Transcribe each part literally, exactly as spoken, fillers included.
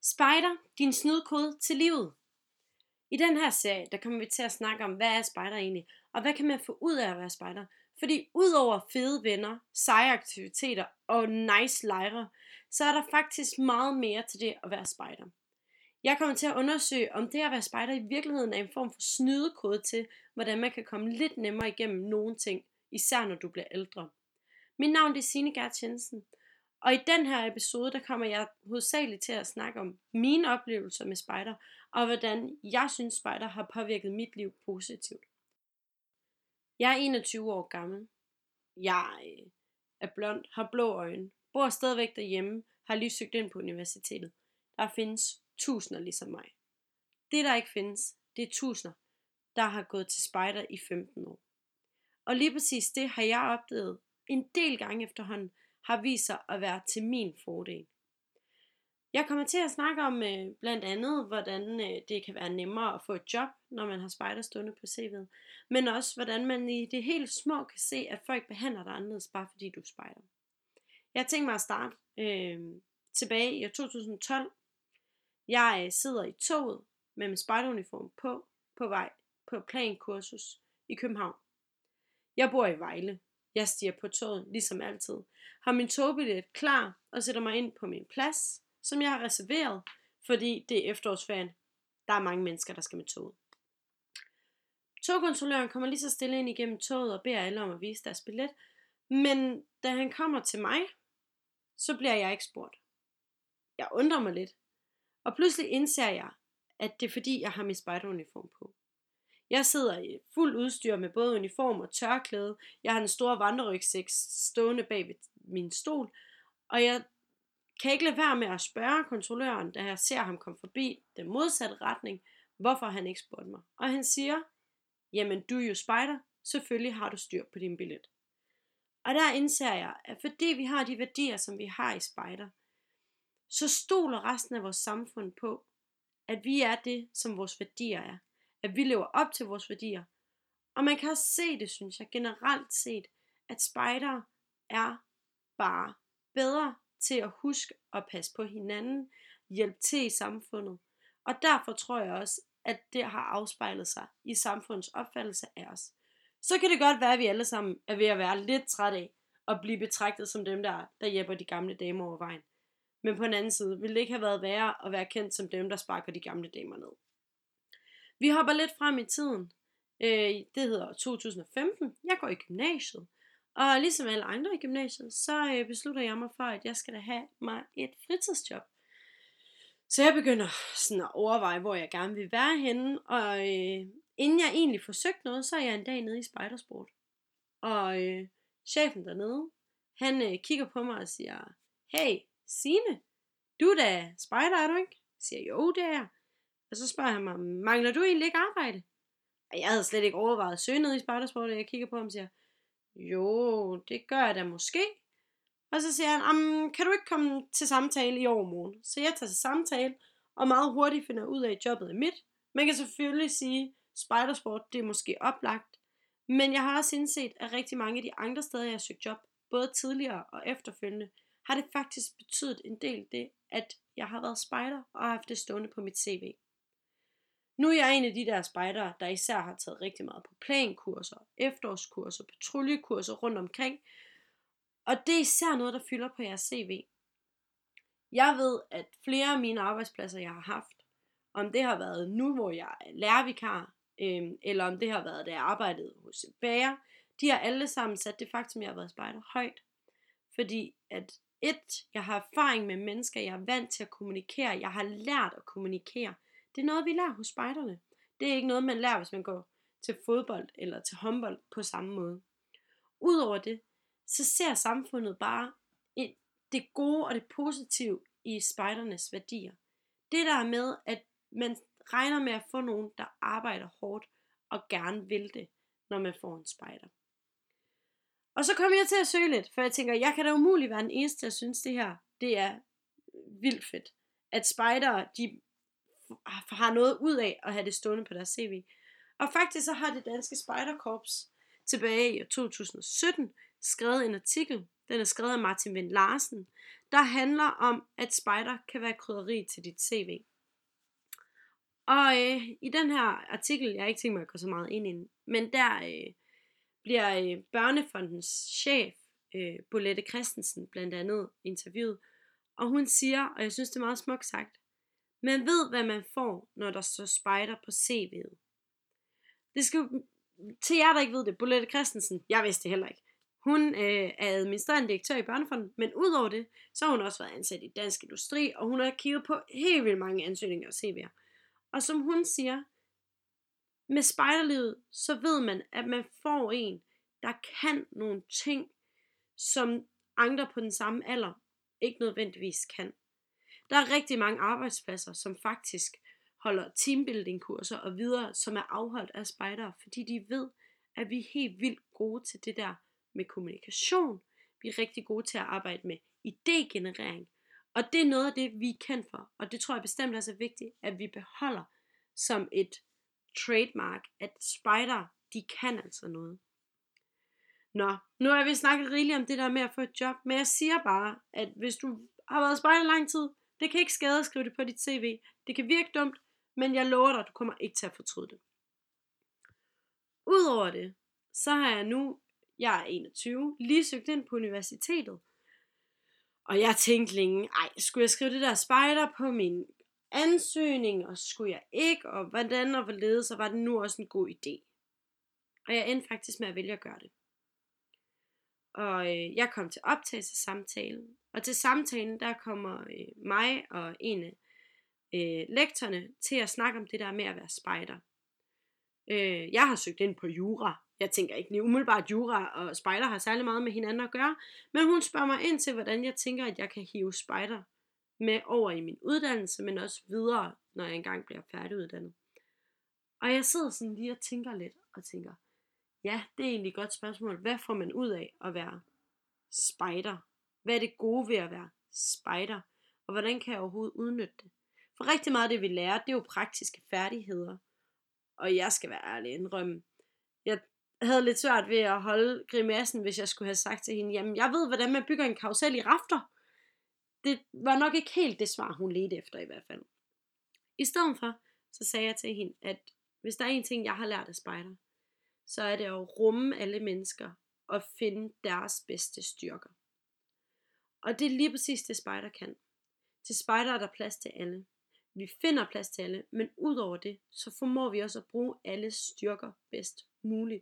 Spejder, din snydkode til livet. I den her serie, der kommer vi til at snakke om, hvad er spejder egentlig, og hvad kan man få ud af at være spejder. Fordi udover fede venner, seje aktiviteter og nice lejre, så er der faktisk meget mere til det at være spejder. Jeg kommer til at undersøge, om det at være spejder i virkeligheden er en form for snydekode til, hvordan man kan komme lidt nemmere igennem nogle ting, især når du bliver ældre. Mit navn er Signe Gert Jensen, og i den her episode, der kommer jeg hovedsageligt til at snakke om mine oplevelser med spejder, og hvordan jeg synes spejder har påvirket mit liv positivt. Jeg er enogtyve år gammel. Jeg er blond, har blå øjne, bor stadigvæk derhjemme, har lige søgt ind på universitetet. Der findes tusinder ligesom mig. Det der ikke findes, det er tusinder, der har gået til spejder i femten år. Og lige præcis det har jeg opdaget en del gange efterhånden, har vist sig at være til min fordel. Jeg kommer til at snakke om øh, blandt andet, hvordan øh, det kan være nemmere at få et job, når man har spejder stående på C V'et. Men også, hvordan man i det helt små kan se, at folk behandler dig anderledes, bare fordi du er spejder. Jeg har tænkt mig at starte øh, tilbage i to tusind og tolv. Jeg øh, sidder i toget med min spejderuniform på, på vej på plankursus i København. Jeg bor i Vejle. Jeg stiger på toget, ligesom altid. Har min togbillet klar og sætter mig ind på min plads, som jeg har reserveret, fordi det er efterårsferien. Der er mange mennesker, der skal med toget. Togkontrolløren kommer lige så stille ind igennem toget og beder alle om at vise deres billet. Men da han kommer til mig, så bliver jeg ikke spurgt. Jeg undrer mig lidt. Og pludselig indser jeg, at det er fordi, jeg har min spejderuniform på. Jeg sidder i fuld udstyr med både uniform og tørklæde. Jeg har en stor vandrerygsæk stående bag ved min stol. Og jeg kan ikke lade være med at spørge kontrolløren, da jeg ser ham komme forbi den modsatte retning, hvorfor han ikke spurgte mig. Og han siger, jamen du er jo spejder, selvfølgelig har du styr på din billet. Og der indser jeg, at fordi vi har de værdier, som vi har i spejder, så stoler resten af vores samfund på, at vi er det, som vores værdier er. At vi lever op til vores værdier. Og man kan også se det, synes jeg, generelt set, at spejdere er bare bedre til at huske at passe på hinanden, hjælpe til i samfundet. Og derfor tror jeg også, at det har afspejlet sig i samfundets opfattelse af os. Så kan det godt være, at vi alle sammen er ved at være lidt trætte af at blive betragtet som dem, der, der hjælper de gamle damer over vejen. Men på den anden side ville det ikke have været værre at være kendt som dem, der sparker de gamle damer ned. Vi hopper lidt frem i tiden. Øh, det hedder to tusind og femten. Jeg går i gymnasiet. Og ligesom alle andre i gymnasiet, så øh, beslutter jeg mig for, at jeg skal da have mig et fritidsjob. Så jeg begynder sådan at overveje, hvor jeg gerne vil være henne. Og øh, inden jeg egentlig får søgt noget, så er jeg en dag nede i spejdersport. Og øh, chefen dernede, han øh, kigger på mig og siger, hey Signe, du er da spejder, er du ikke? Jeg siger, jo det er jeg. Og så spørger han mig, mangler du egentlig ikke arbejde? Og jeg havde slet ikke overvejet at søge ned i spejdersport, og jeg kigger på ham og siger, jo, det gør jeg da måske. Og så siger han, kan du ikke komme til samtale i overmorgen? Så jeg tager til samtale, og meget hurtigt finder ud af, at jobbet er mit. Man kan selvfølgelig sige, spejdersport, det er måske oplagt. Men jeg har også indset, at rigtig mange af de andre steder, jeg har søgt job, både tidligere og efterfølgende, har det faktisk betydet en del det, at jeg har været spejder og har haft det stående på mit C V. Nu er jeg en af de der spejdere, der især har taget rigtig meget på plankurser, efterårskurser, patruljekurser rundt omkring. Og det er især noget, der fylder på jeres C V. Jeg ved, at flere af mine arbejdspladser, jeg har haft, om det har været nu, hvor jeg er lærervikar, øh, eller om det har været, da jeg arbejdede hos en bager, de har alle sammen sat det faktum, jeg har været spejder højt. Fordi at et, jeg har erfaring med mennesker, jeg er vant til at kommunikere, jeg har lært at kommunikere. Det er noget, vi lærer hos spejderne. Det er ikke noget, man lærer, hvis man går til fodbold eller til håndbold på samme måde. Udover det, så ser samfundet bare det gode og det positive i spejdernes værdier. Det der med, at man regner med at få nogen, der arbejder hårdt og gerne vil det, når man får en spejder. Og så kommer jeg til at søge lidt, for jeg tænker, jeg kan da umuligt være den eneste, der synes det her, det er vildt fedt. At spejdere, de har noget ud af at have det stående på deres C V. Og faktisk så har det danske spejderkorps tilbage i to tusind og sytten skrevet en artikel. Den er skrevet af Martin Wind Larsen, der handler om, at spejder kan være krydderi til dit C V. Og øh, i den her artikel, jeg har ikke tænkt mig at gå så meget ind i den, men der øh, bliver øh, Børnefondens chef, øh, Bolette Christensen, blandt andet interviewet, og hun siger, og jeg synes det er meget smukt sagt, man ved hvad man får, når der står spejder på C V'et. Det skal jo, til jer der ikke ved det, Bolette Christensen, jeg vidste det heller ikke. Hun øh, er administrerende direktør i Børnefonden, men udover det, så har hun også været ansat i Dansk Industri, og hun har kigget på helt vildt mange ansøgninger og C V'er. Og som hun siger, med spejderlivet, så ved man, at man får en, der kan nogle ting, som andre på den samme alder ikke nødvendigvis kan. Der er rigtig mange arbejdspladser, som faktisk holder teambuilding-kurser og videre, som er afholdt af spejdere, fordi de ved, at vi er helt vildt gode til det der med kommunikation. Vi er rigtig gode til at arbejde med idégenerering. Og det er noget af det, vi er kendt for. Og det tror jeg bestemt også er vigtigt, at vi beholder som et trademark, at spejdere, de kan altså noget. Nå, nu har vi snakket rigeligt om det der med at få et job, men jeg siger bare, at hvis du har været spejder lang tid, det kan ikke skade at skrive det på dit C V. Det kan virke dumt, men jeg lover dig, at du kommer ikke til at fortryde det. Udover det, så har jeg nu, jeg er enogtyve, lige søgt ind på universitetet. Og jeg tænkte længe, ej, skulle jeg skrive det der spejder på min ansøgning, og skulle jeg ikke, og hvordan og hvorledes, så var det nu også en god idé. Og jeg endte faktisk med at vælge at gøre det. Og øh, jeg kom til optagelsessamtalen, og til samtalen, der kommer øh, mig og en af øh, lektorerne til at snakke om det der med at være spejder. Øh, jeg har søgt ind på jura. Jeg tænker ikke lige umiddelbart, jura og spejder har særlig meget med hinanden at gøre, men hun spørger mig ind til, hvordan jeg tænker, at jeg kan hive spejder med over i min uddannelse, men også videre, når jeg engang bliver færdiguddannet. Og jeg sidder sådan lige og tænker lidt, og tænker, ja, det er egentlig et godt spørgsmål. Hvad får man ud af at være spejder? Hvad er det gode ved at være spejder? Og hvordan kan jeg overhovedet udnytte det? For rigtig meget af det, vi lærer, det er jo praktiske færdigheder. Og jeg skal være ærlig indrømme, jeg havde lidt svært ved at holde grimassen, hvis jeg skulle have sagt til hende, jamen jeg ved, hvordan man bygger en karusel i rafter. Det var nok ikke helt det svar, hun ledte efter i hvert fald. I stedet for, så sagde jeg til hende, at hvis der er en ting, jeg har lært af spejder, så er det at rumme alle mennesker og finde deres bedste styrker. Og det er lige præcis det spejder kan. Til spejder er der plads til alle. Vi finder plads til alle, men udover det, så formår vi også at bruge alle styrker bedst muligt.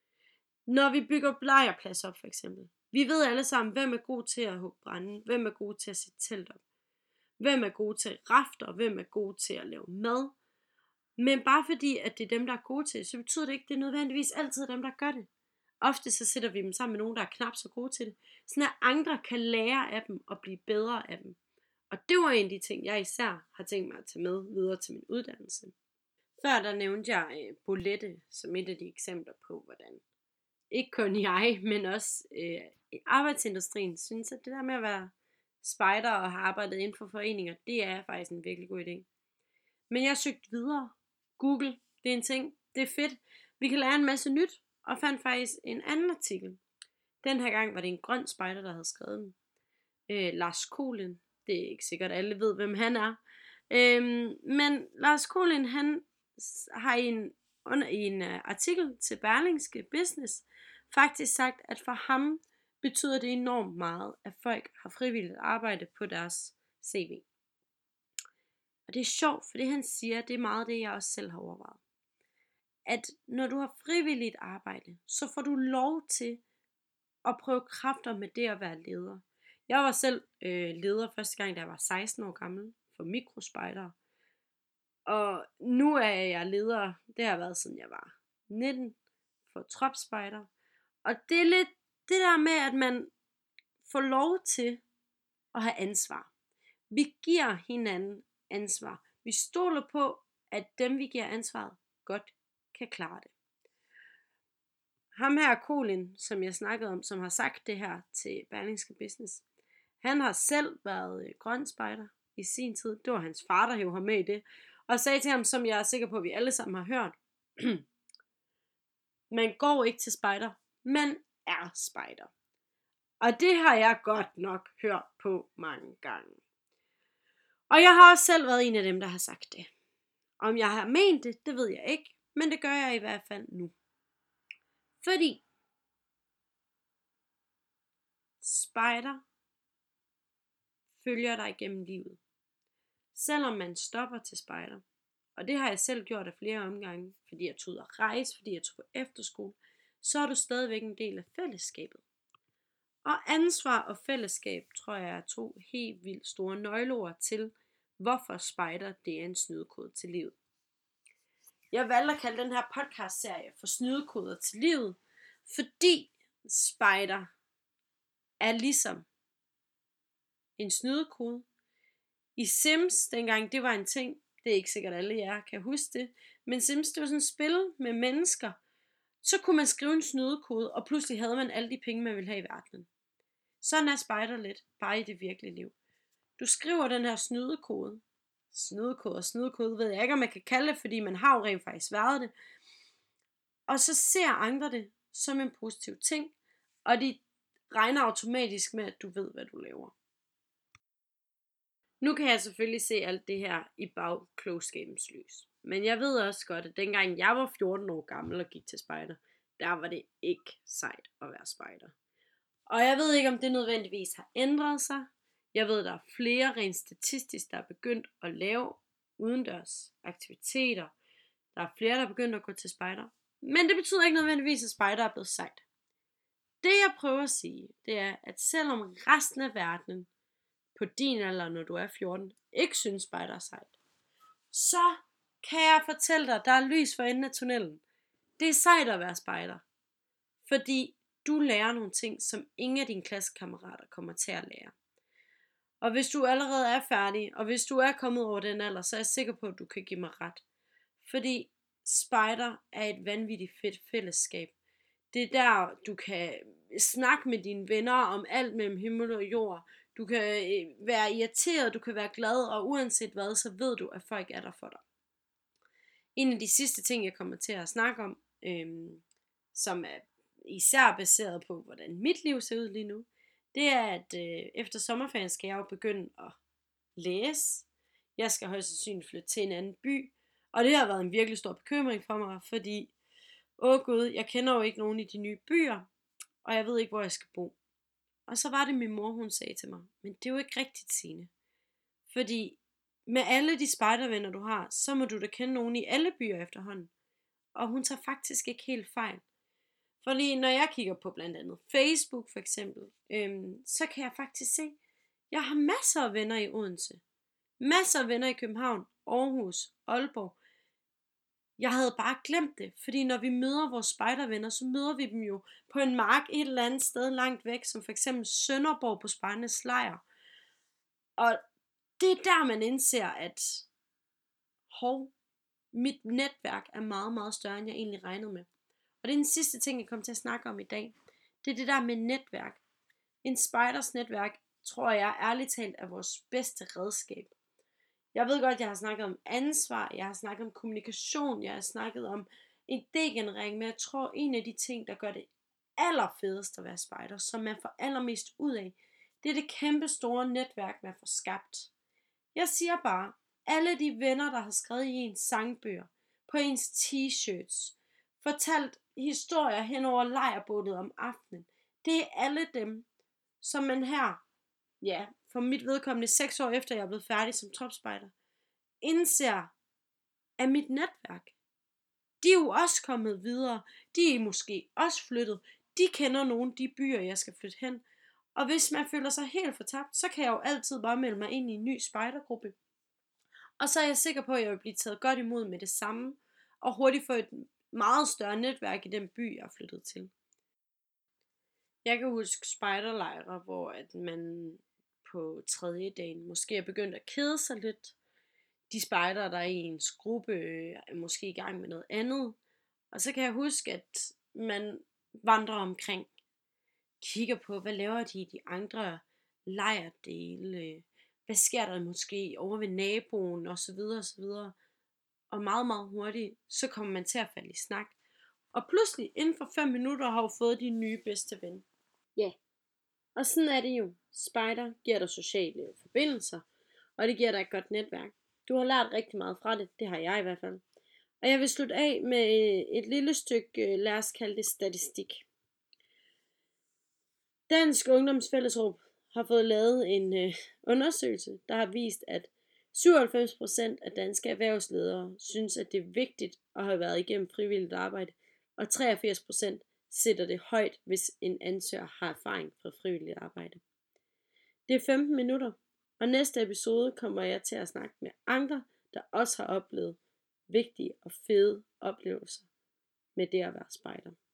Når vi bygger lejrplads op for eksempel. Vi ved alle sammen, hvem er god til at hugge brænde, hvem er god til at sætte telt op, hvem er god til rafter, hvem er god til at lave mad. Men bare fordi, at det er dem, der er gode til, så betyder det ikke, at det er nødvendigvis altid dem, der gør det. Ofte så sætter vi dem sammen med nogen, der er knap så gode til det, sådan at andre kan lære af dem og blive bedre af dem. Og det var en af de ting, jeg især har tænkt mig at tage med videre til min uddannelse. Før der nævnte jeg Bolette som et af de eksempler på, hvordan ikke kun jeg, men også øh, arbejdsindustrien synes, at det der med at være spejder og have arbejdet inden for foreninger, det er faktisk en virkelig god idé. Men jeg søgte videre. Google, det er en ting. Det er fedt. Vi kan lære en masse nyt, og fandt faktisk en anden artikel. Den her gang var det en grøn spejder, der havde skrevet den. Øh, Lars Kolind. Det er ikke sikkert, at alle ved, hvem han er. Øhm, men Lars Kolind, han har i en, under, i en uh, artikel til Berlingske Business faktisk sagt, at for ham betyder det enormt meget, at folk har frivilligt arbejde på deres C V. Og det er sjovt, for det han siger, det er meget det, jeg også selv har overvejet. At når du har frivilligt arbejde, så får du lov til at prøve kræfter med det at være leder. Jeg var selv øh, leder første gang, da jeg var seksten år gammel for mikrospejdere. Og nu er jeg leder, det har været siden jeg var nitten, for tropspejder. Og det er lidt det der med, at man får lov til at have ansvar. Vi giver hinanden ansvar. Vi stoler på, at dem vi giver ansvaret, godt kan klare det. Ham her, Kolind, som jeg snakkede om, som har sagt det her til Berlingske Business, han har selv været grøn spejder i sin tid. Det var hans far, der hævde ham med i det. Og sagde til ham, som jeg er sikker på, at vi alle sammen har hørt. Man går ikke til spejder, man er spejder. Og det har jeg godt nok hørt på mange gange. Og jeg har også selv været en af dem, der har sagt det. Om jeg har ment det, det ved jeg ikke, men det gør jeg i hvert fald nu. Fordi spejder følger dig gennem livet. Selvom man stopper til spejder, og det har jeg selv gjort af flere omgange, fordi jeg tog ud at rejse, fordi jeg tog på efterskole, så er du stadigvæk en del af fællesskabet. Og ansvar og fællesskab, tror jeg, er to helt vildt store nøgleord til, hvorfor spejder det er en snydekode til livet. Jeg valgte at kalde den her podcast-serie for snydekoder til livet, fordi spejder er ligesom en snydekode. I Sims, dengang det var en ting, det er ikke sikkert alle jer kan huske det, men Sims, det var sådan et spil med mennesker. Så kunne man skrive en snydekode, og pludselig havde man alle de penge, man ville have i verdenen. Sådan er spejder lidt, bare i det virkelige liv. Du skriver den her snydekode. Snydekode og snydekode ved jeg ikke, om man kan kalde det, fordi man har jo rent faktisk været det. Og så ser andre det som en positiv ting, og de regner automatisk med, at du ved, hvad du laver. Nu kan jeg selvfølgelig se alt det her i bagklogskabens lys. Men jeg ved også godt, at dengang jeg var fjorten år gammel og gik til spejder, der var det ikke sejt at være spejder. Og jeg ved ikke, om det nødvendigvis har ændret sig. Jeg ved, der er flere rent statistisk, der er begyndt at lave udendørs aktiviteter. Der er flere, der er begyndt at gå til spejder. Men det betyder ikke nødvendigvis, at spejder er blevet sejt. Det jeg prøver at sige, det er, at selvom resten af verdenen på din alder, når du er fjorten, ikke synes spejder er sejt, så kan jeg fortælle dig, at der er lys for enden af tunnelen. Det er sejt at være spejder. Fordi du lærer nogle ting, som ingen af dine klassekammerater kommer til at lære. Og hvis du allerede er færdig, og hvis du er kommet over den alder, så er jeg sikker på, at du kan give mig ret. Fordi spejder er et vanvittigt fedt fællesskab. Det er der, du kan snakke med dine venner om alt mellem himmel og jord. Du kan være irriteret, du kan være glad, og uanset hvad, så ved du, at folk er der for dig. En af de sidste ting, jeg kommer til at snakke om, øhm, som er især baseret på, hvordan mit liv ser ud lige nu, det er, at øh, efter sommerferien skal jeg jo begynde at læse. Jeg skal højst sandsynligt flytte til en anden by, og det har været en virkelig stor bekymring for mig, fordi, åh gud, jeg kender jo ikke nogen i de nye byer, og jeg ved ikke, hvor jeg skal bo. Og så var det min mor, hun sagde til mig, men det er jo ikke rigtigt, Signe. Fordi med alle de spejdervenner, du har, så må du da kende nogen i alle byer efterhånden. Og hun tager faktisk ikke helt fejl. Fordi når jeg kigger på blandt andet Facebook for eksempel, øhm, så kan jeg faktisk se, jeg har masser af venner i Odense. Masser af venner i København, Aarhus, Aalborg. Jeg havde bare glemt det, fordi når vi møder vores spejdervenner, så møder vi dem jo på en mark et eller andet sted langt væk, som for eksempel Sønderborg på Spejdernes Lejr. Og det er der, man indser, at hov, mit netværk er meget, meget større, end jeg egentlig regnede med. Og det er den sidste ting, jeg kommer til at snakke om i dag. Det er det der med netværk. En spejders netværk, tror jeg ærligt talt, er vores bedste redskab. Jeg ved godt, jeg har snakket om ansvar, jeg har snakket om kommunikation, jeg har snakket om idégenerering, men jeg tror, en af de ting, der gør det allerfedeste at være spejder, som man får allermest ud af, det er det kæmpe store netværk, man får skabt. Jeg siger bare, alle de venner, der har skrevet i ens sangbøger, på ens t-shirts, fortalt historier hen over lejrbålet om aftenen, det er alle dem, som man her, ja, for mit vedkommende seks år efter jeg er blevet færdig som tropspejder, indser af mit netværk. De er jo også kommet videre, de er måske også flyttet, de kender nogle af de byer, jeg skal flytte hen. Og hvis man føler sig helt fortabt, så kan jeg jo altid bare melde mig ind i en ny spejdergruppe. Og så er jeg sikker på, at jeg vil blive taget godt imod med det samme, og hurtigt få et meget større netværk i den by, jeg er flyttet til. Jeg kan huske spejderlejre, hvor at man på tredje dagen måske er begyndt at kede sig lidt. De spejder, der er i ens gruppe, er måske i gang med noget andet. Og så kan jeg huske, at man vandrer omkring, kigger på, hvad laver de i de andre lejrdele, hvad sker der måske over ved naboen, og så videre, og så videre. Og meget, meget hurtigt, så kommer man til at falde i snak. Og pludselig, inden for fem minutter, har du fået din nye bedste ven. Ja. Yeah. Og sådan er det jo. Spejder giver dig sociale forbindelser, og det giver dig et godt netværk. Du har lært rigtig meget fra det, det har jeg i hvert fald. Og jeg vil slutte af med et lille stykke, lad os kalde det statistik. Dansk Ungdomsfællesråb har fået lavet en øh, undersøgelse, der har vist, at syvoghalvfems procent af danske erhvervsledere synes, at det er vigtigt at have været igennem frivilligt arbejde, og treogfirs procent sætter det højt, hvis en ansøger har erfaring fra frivilligt arbejde. Det er femten minutter, og næste episode kommer jeg til at snakke med andre, der også har oplevet vigtige og fede oplevelser med det at være spejder.